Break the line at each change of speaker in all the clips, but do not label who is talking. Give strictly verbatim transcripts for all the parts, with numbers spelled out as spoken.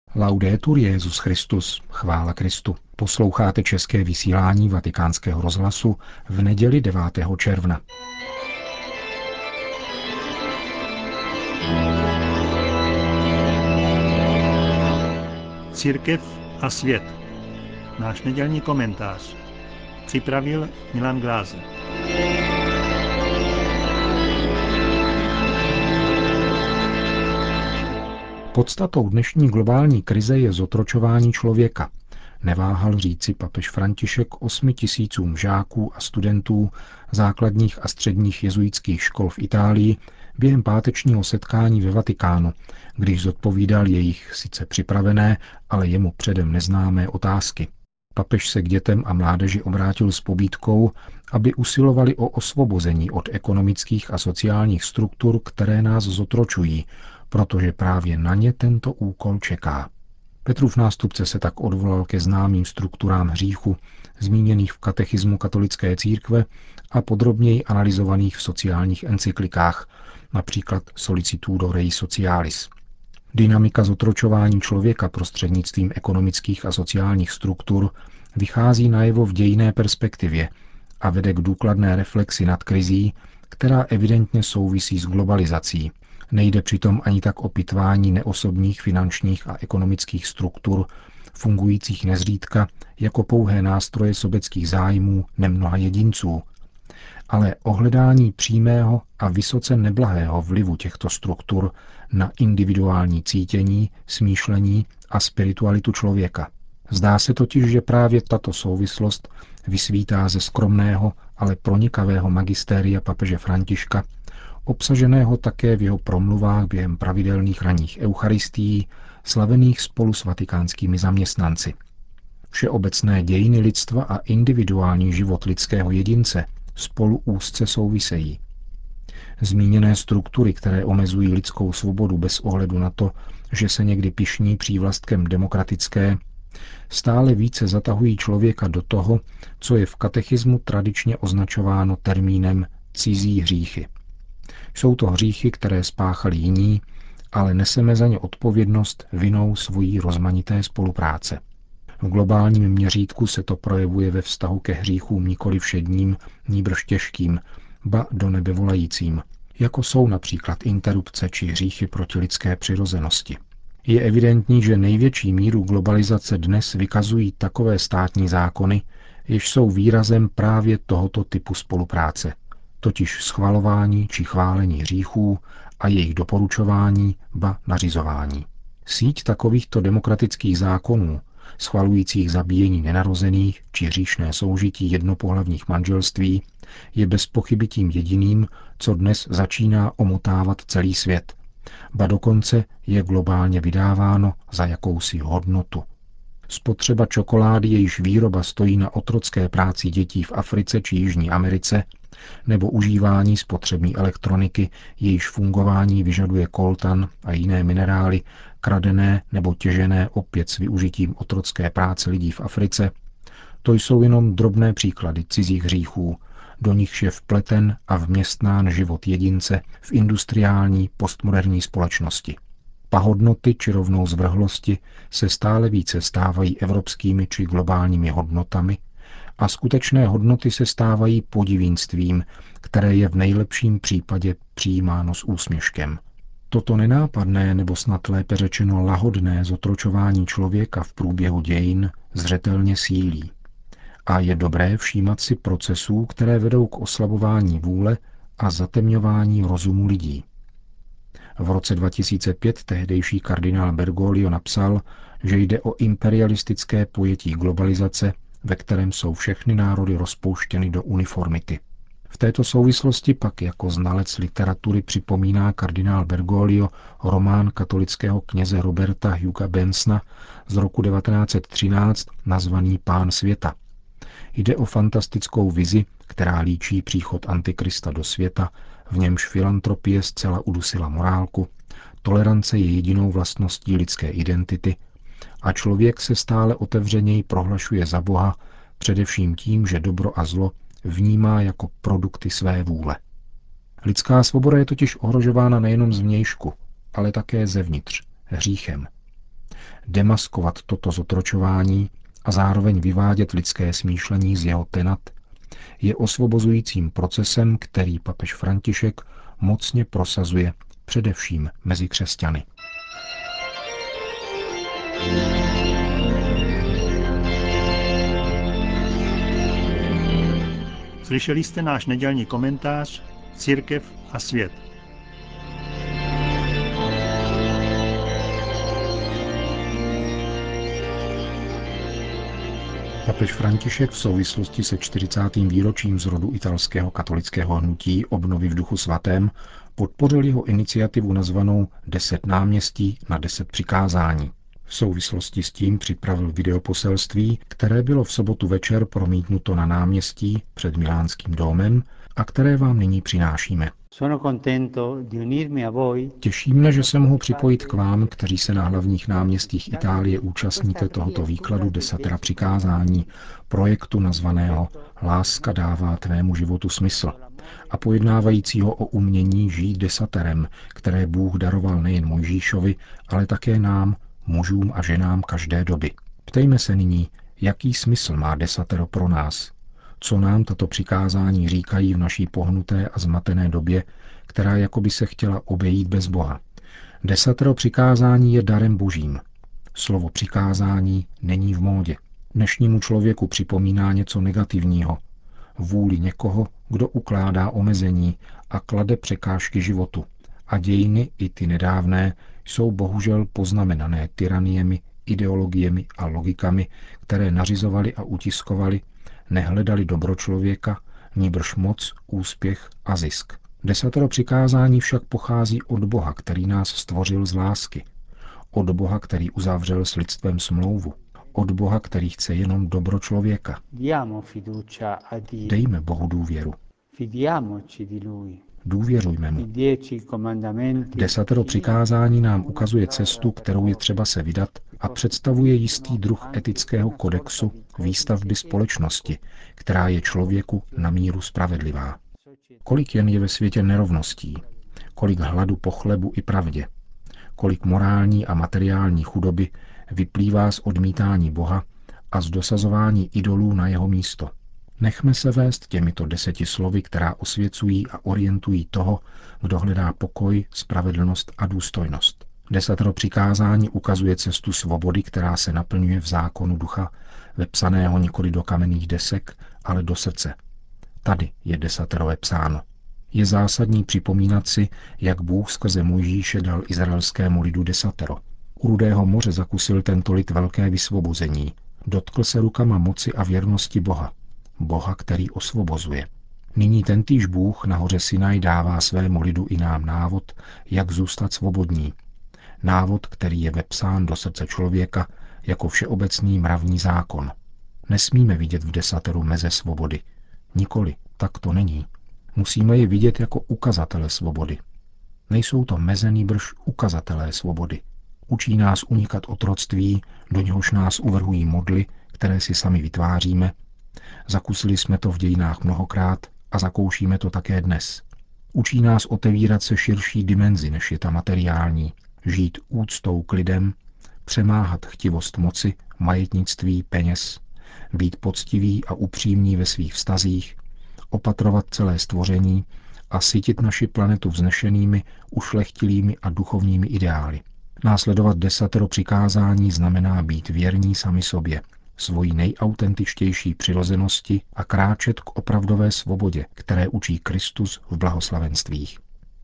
Laudetur Jesus Christus, chvála Kristu. Posloucháte české vysílání Vatikánského rozhlasu v neděli devátého června.
Církev a svět. Náš nedělní komentář. Připravil Milan Glázer.
Podstatou dnešní globální krize je zotročování člověka. Neváhal říci papež František osmi tisícům žáků a studentů základních a středních jezuitských škol v Itálii během pátečního setkání ve Vatikánu, když zodpovídal jejich sice připravené, ale jemu předem neznámé otázky. Papež se k dětem a mládeži obrátil s pobídkou, aby usilovali o osvobození od ekonomických a sociálních struktur, které nás zotročují, protože právě na ně tento úkol čeká. Petrův nástupce se tak odvolal ke známým strukturám hříchu, zmíněných v katechismu katolické církve a podrobněji analyzovaných v sociálních encyklikách, například Solicitudo Rei Socialis. Dynamika zotročování člověka prostřednictvím ekonomických a sociálních struktur vychází najevo v dějinné perspektivě a vede k důkladné reflexi nad krizí, která evidentně souvisí s globalizací. Nejde přitom ani tak o pitvání neosobních finančních a ekonomických struktur, fungujících nezřídka jako pouhé nástroje sobeckých zájmů nemnoha jedinců, ale o hledání přímého a vysoce neblahého vlivu těchto struktur na individuální cítění, smýšlení a spiritualitu člověka. Zdá se totiž, že právě tato souvislost vysvítá ze skromného, ale pronikavého magistéria papeže Františka, obsaženého také v jeho promluvách během pravidelných ranních eucharistií, slavených spolu s vatikánskými zaměstnanci. Všeobecné dějiny lidstva a individuální život lidského jedince spolu úzce souvisejí. Zmíněné struktury, které omezují lidskou svobodu bez ohledu na to, že se někdy pyšní přívlastkem demokratické, stále více zatahují člověka do toho, co je v katechismu tradičně označováno termínem cizí hříchy. Jsou to hříchy, které spáchali jiní, ale neseme za ně odpovědnost vinou svojí rozmanité spolupráce. V globálním měřítku se to projevuje ve vztahu ke hříchům nikoli všedním, nýbrž těžkým, ba do nebe volajícím, jako jsou například interrupce či hříchy proti lidské přirozenosti. Je evidentní, že největší míru globalizace dnes vykazují takové státní zákony, jež jsou výrazem právě tohoto typu spolupráce, totiž schvalování či chválení hříchů a jejich doporučování ba nařizování. Síť takovýchto demokratických zákonů, schvalujících zabíjení nenarozených či hříšné soužití jednopohlavních manželství, je bez pochyby tím jediným, co dnes začíná omotávat celý svět, ba dokonce je globálně vydáváno za jakousi hodnotu. Spotřeba čokolády, jejíž výroba stojí na otrocké práci dětí v Africe či Jižní Americe, nebo užívání spotřební elektroniky, jejíž fungování vyžaduje koltan a jiné minerály, kradené nebo těžené opět s využitím otrocké práce lidí v Africe, to jsou jenom drobné příklady cizích hříchů, do nichž je vpleten a vměstnán život jedince v industriální postmoderní společnosti. Pahodnoty či rovnou zvrhlosti se stále více stávají evropskými či globálními hodnotami a skutečné hodnoty se stávají podivínstvím, které je v nejlepším případě přijímáno s úsměškem. Toto nenápadné nebo snad lépe řečeno lahodné zotročování člověka v průběhu dějin zřetelně sílí. A je dobré všímat si procesů, které vedou k oslabování vůle a zatemňování rozumu lidí. V roce dva tisíce pět tehdejší kardinál Bergoglio napsal, že jde o imperialistické pojetí globalizace, ve kterém jsou všechny národy rozpouštěny do uniformity. V této souvislosti pak jako znalec literatury připomíná kardinál Bergoglio román katolického kněze Roberta Huga Bensona z roku devatenáct set třináct nazvaný Pán světa. Jde o fantastickou vizi, která líčí příchod Antikrista do světa, v němž filantropie zcela udusila morálku, tolerance je jedinou vlastností lidské identity a člověk se stále otevřeněji prohlašuje za Boha, především tím, že dobro a zlo vnímá jako produkty své vůle. Lidská svoboda je totiž ohrožována nejenom zvnějšku, ale také zevnitř, hříchem. demaskovat toto zotročování a zároveň vyvádět lidské smýšlení z jeho tenat, je osvobozujícím procesem, který papež František mocně prosazuje především mezi křesťany.
Slyšeli jste náš nedělní komentář Církev a svět.
Papež František v souvislosti se čtyřicátým výročím zrodu italského katolického hnutí Obnovy v duchu svatém podpořil jeho iniciativu nazvanou Deset náměstí na deset přikázání. V souvislosti s tím připravil videoposelství, které bylo v sobotu večer promítnuto na náměstí před Milánským domem a které vám nyní přinášíme. Těší mne, že se mohu připojit k vám, kteří se na hlavních náměstích Itálie účastníte tohoto výkladu desatera přikázání, projektu nazvaného Láska dává tvému životu smysl a pojednávajícího o umění žít desaterem, které Bůh daroval nejen Mojžíšovi, ale také nám, mužům a ženám každé doby. Ptejme se nyní, jaký smysl má desatero pro nás, co nám tato přikázání říkají v naší pohnuté a zmatené době, která jakoby se chtěla obejít bez Boha. Desatero přikázání je darem božím. Slovo přikázání není v módě. Dnešnímu člověku připomíná něco negativního, vůli někoho, kdo ukládá omezení a klade překážky životu. A dějiny, i ty nedávné, jsou bohužel poznamenané tyraniemi, ideologiemi a logikami, které nařizovaly a utiskovaly, nehledali dobro člověka, nýbrž moc, úspěch a zisk. Desatero přikázání však pochází od Boha, který nás stvořil z lásky. Od Boha, který uzavřel s lidstvem smlouvu. Od Boha, který chce jenom dobro člověka. Dejme Bohu důvěru. Důvěřujme mu. Desatero přikázání nám ukazuje cestu, kterou je třeba se vydat, a představuje jistý druh etického kodexu výstavby společnosti, která je člověku na míru spravedlivá. Kolik jen je ve světě nerovností, kolik hladu po chlebu i pravdě, kolik morální a materiální chudoby vyplývá z odmítání Boha a z dosazování idolů na jeho místo. Nechme se vést těmito deseti slovy, která osvěcují a orientují toho, kdo hledá pokoj, spravedlnost a důstojnost. Desatero přikázání ukazuje cestu svobody, která se naplňuje v zákonu ducha, vepsaného nikoli do kamenných desek, ale do srdce. Tady je desatero vepsáno. Je zásadní připomínat si, jak Bůh skrze Mojžíše dal izraelskému lidu desatero. U Rudého moře zakusil tento lid velké vysvobození. Dotkl se rukama moci a věrnosti Boha. Boha, který osvobozuje. Nyní tentýž Bůh na hoře Sinaj dává svému lidu i nám návod, jak zůstat svobodní. Návod, který je vepsán do srdce člověka jako všeobecný mravní zákon. Nesmíme vidět v desateru meze svobody. Nikoli, tak to není. Musíme je vidět jako ukazatele svobody. Nejsou to meze, nýbrž ukazatelé svobody. Učí nás unikat otroctví, do něhož nás uvrhují modly, které si sami vytváříme. Zakusili jsme to v dějinách mnohokrát a zakoušíme to také dnes. Učí nás otevírat se širší dimenzi, než je ta materiální, žít úctou k lidem, přemáhat chtivost moci, majetnictví, peněz, být poctiví a upřímní ve svých vztazích, opatrovat celé stvoření a sytit naši planetu vznešenými, ušlechtilými a duchovními ideály. Následovat desatero přikázání znamená být věrní sami sobě, svojí nejautentičtější přirozenosti a kráčet k opravdové svobodě, které učí Kristus v blahoslavenstvích.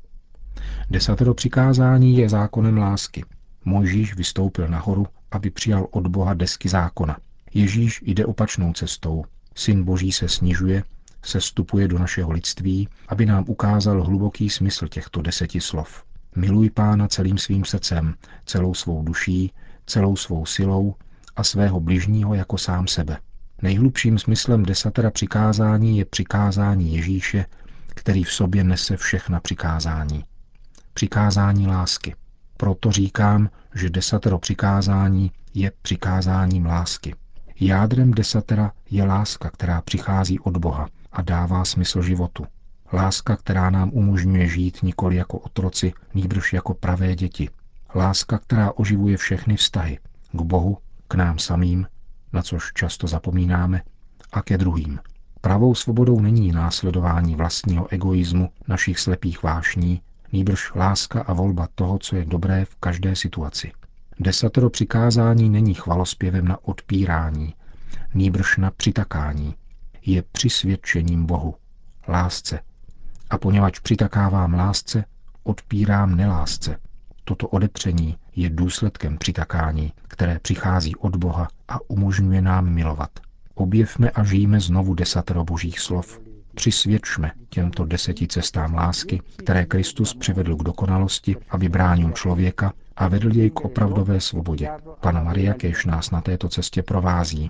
Desatero přikázání je zákonem lásky. Mojžíš vystoupil nahoru, aby přijal od Boha desky zákona. Ježíš jde opačnou cestou. Syn Boží se snižuje, sestupuje do našeho lidství, aby nám ukázal hluboký smysl těchto deseti slov. Miluj Pána celým svým srdcem, celou svou duší, celou svou silou a svého bližního jako sám sebe. Nejhlubším smyslem desatera přikázání je přikázání Ježíše, který v sobě nese všechna přikázání. Přikázání lásky. Proto říkám, že desatero přikázání je přikázáním lásky. Jádrem desatera je láska, která přichází od Boha a dává smysl životu. Láska, která nám umožňuje žít nikoli jako otroci, nýbrž jako pravé děti. Láska, která oživuje všechny vztahy, K Bohu, k nám samým, na což často zapomínáme, a ke druhým. Pravou svobodou není následování vlastního egoismu, našich slepých vášní, nýbrž láska a volba toho, co je dobré v každé situaci. Desatero přikázání není chvalospěvem na odpírání, nýbrž na přitakání. Je přisvědčením Bohu, lásce. A poněvadž přitakávám lásce, odpírám nelásce. Toto odepření je důsledkem přitakání, které přichází od Boha a umožňuje nám milovat. Objevme a žijme znovu desatero božích slov. Přisvědčme těmto deseti cestám lásky, které Kristus přivedl k dokonalosti, aby bránil člověka a vedl jej k opravdové svobodě. Panna Maria kéž nás na této cestě provází.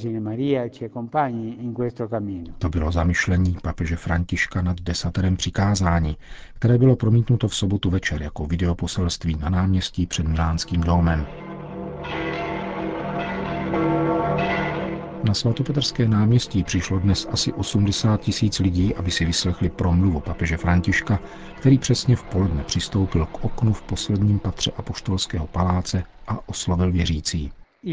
To bylo zamyšlení papeže Františka nad desaterem přikázání, které bylo promítnuto v sobotu večer jako videoposelství na náměstí před Milánským domem. Na svatopetrské náměstí přišlo dnes asi osmdesát tisíc lidí, aby si vyslechli promluvu papeže Františka, který přesně v poledne přistoupil k oknu v posledním patře apoštolského paláce a oslovil věřící.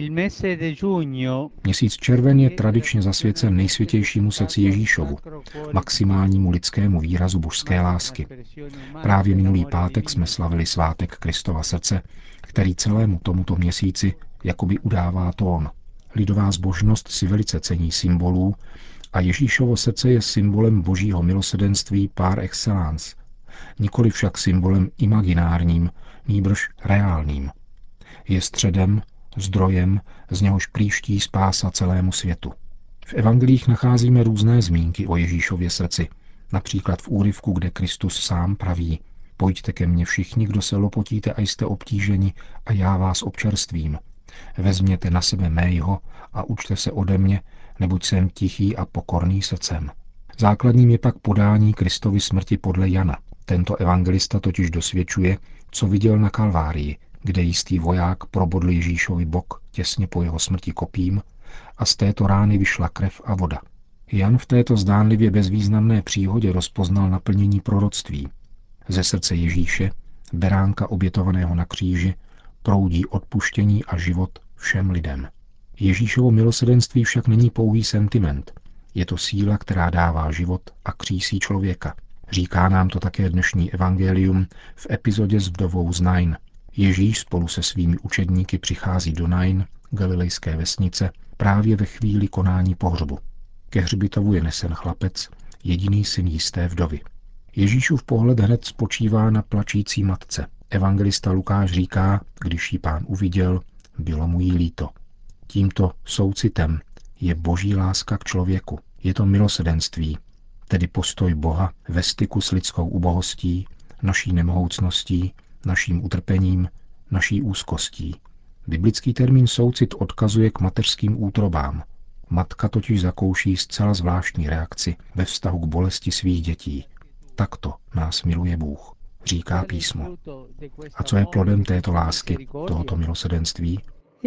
Měsíc červen je tradičně zasvěcen nejsvětějšímu srdci Ježíšovu, maximálnímu lidskému výrazu božské lásky. Právě minulý pátek jsme slavili svátek Kristova srdce, který celému tomuto měsíci jakoby udává tón. Lidová zbožnost si velice cení symbolů a Ježíšovo srdce je symbolem božího milosrdenství par excellence, nikoli však symbolem imaginárním, nýbrž reálným. Je středem, zdrojem, z něhož příští spása celému světu. V evangelích nacházíme různé zmínky o Ježíšově srdci, například v úryvku, kde Kristus sám praví: Pojďte ke mně všichni, kdo se lopotíte a jste obtíženi, a já vás občerstvím. Vezměte na sebe mého a učte se ode mě, neboť jsem tichý a pokorný srdcem. Základním je pak podání Kristovy smrti podle Jana. Tento evangelista totiž dosvědčuje, co viděl na Kalvárii, kde jistý voják probodl Ježíšovi bok těsně po jeho smrti kopím a z této rány vyšla krev a voda. Jan v této zdánlivě bezvýznamné příhodě rozpoznal naplnění proroctví. Ze srdce Ježíše, beránka obětovaného na kříži, proudí odpuštění a život všem lidem. Ježíšovo milosrdenství však není pouhý sentiment. Je to síla, která dává život a křísí člověka. Říká nám to také dnešní evangelium v epizodě s vdovou z Nain. Ježíš spolu se svými učedníky přichází do Nain, galilejské vesnice, právě ve chvíli konání pohřbu. Ke hřbitovu je nesen chlapec, jediný syn jisté vdovy. Ježíšův pohled hned spočívá na plačící matce. Evangelista Lukáš říká, když ji Pán uviděl, bylo mu jí líto. Tímto soucitem je boží láska k člověku. Je to milosrdenství, tedy postoj Boha ve styku s lidskou ubohostí, naší nemohoucností, naším utrpením, naší úzkostí. Biblický termín soucit odkazuje k mateřským útrobám. Matka totiž zakouší zcela zvláštní reakci ve vztahu k bolesti svých dětí. Takto nás miluje Bůh, říká písmo. A co je plodem této lásky, tohoto milosrdenství?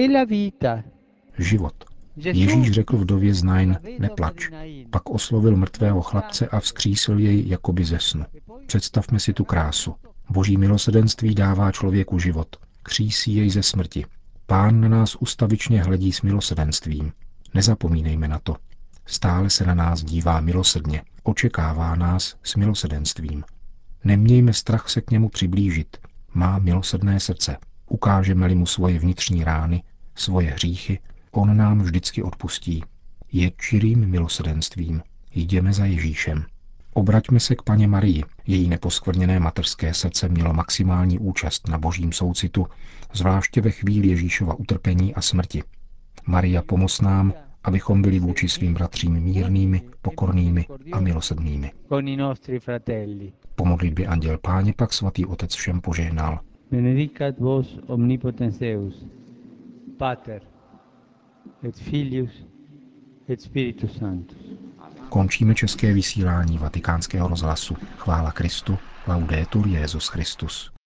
Život. Ježíš řekl vdově z Nain, neplač. Pak oslovil mrtvého chlapce a vzkřísil jej jakoby ze snu. Představme si tu krásu. Boží milosrdenství dává člověku život, křísí jej ze smrti. Pán na nás ustavičně hledí s milosrdenstvím. Nezapomínejme na to. Stále se na nás dívá milosrdně, očekává nás s milosrdenstvím. Nemějme strach se k němu přiblížit. Má milosrdné srdce. Ukážeme-li mu svoje vnitřní rány, svoje hříchy, on nám vždycky odpustí. Je čirým milosrdenstvím. Jdeme za Ježíšem. Obraťme se k Panně Marii. Její neposkvrněné mateřské srdce mělo maximální účast na božím soucitu, zvláště ve chvíli Ježíšova utrpení a smrti. Maria, pomoz nám, abychom byli vůči svým bratřím mírnými, pokornými a milosrdnými. Po modlitbě Anděl Páně pak svatý Otec všem požehnal.
Benedicat vos omnipotens Deus, Pater et Filius et Spiritus Sanctus.
Končíme české vysílání Vatikánského rozhlasu. Chvála Kristu, laudetur Jesus Christus.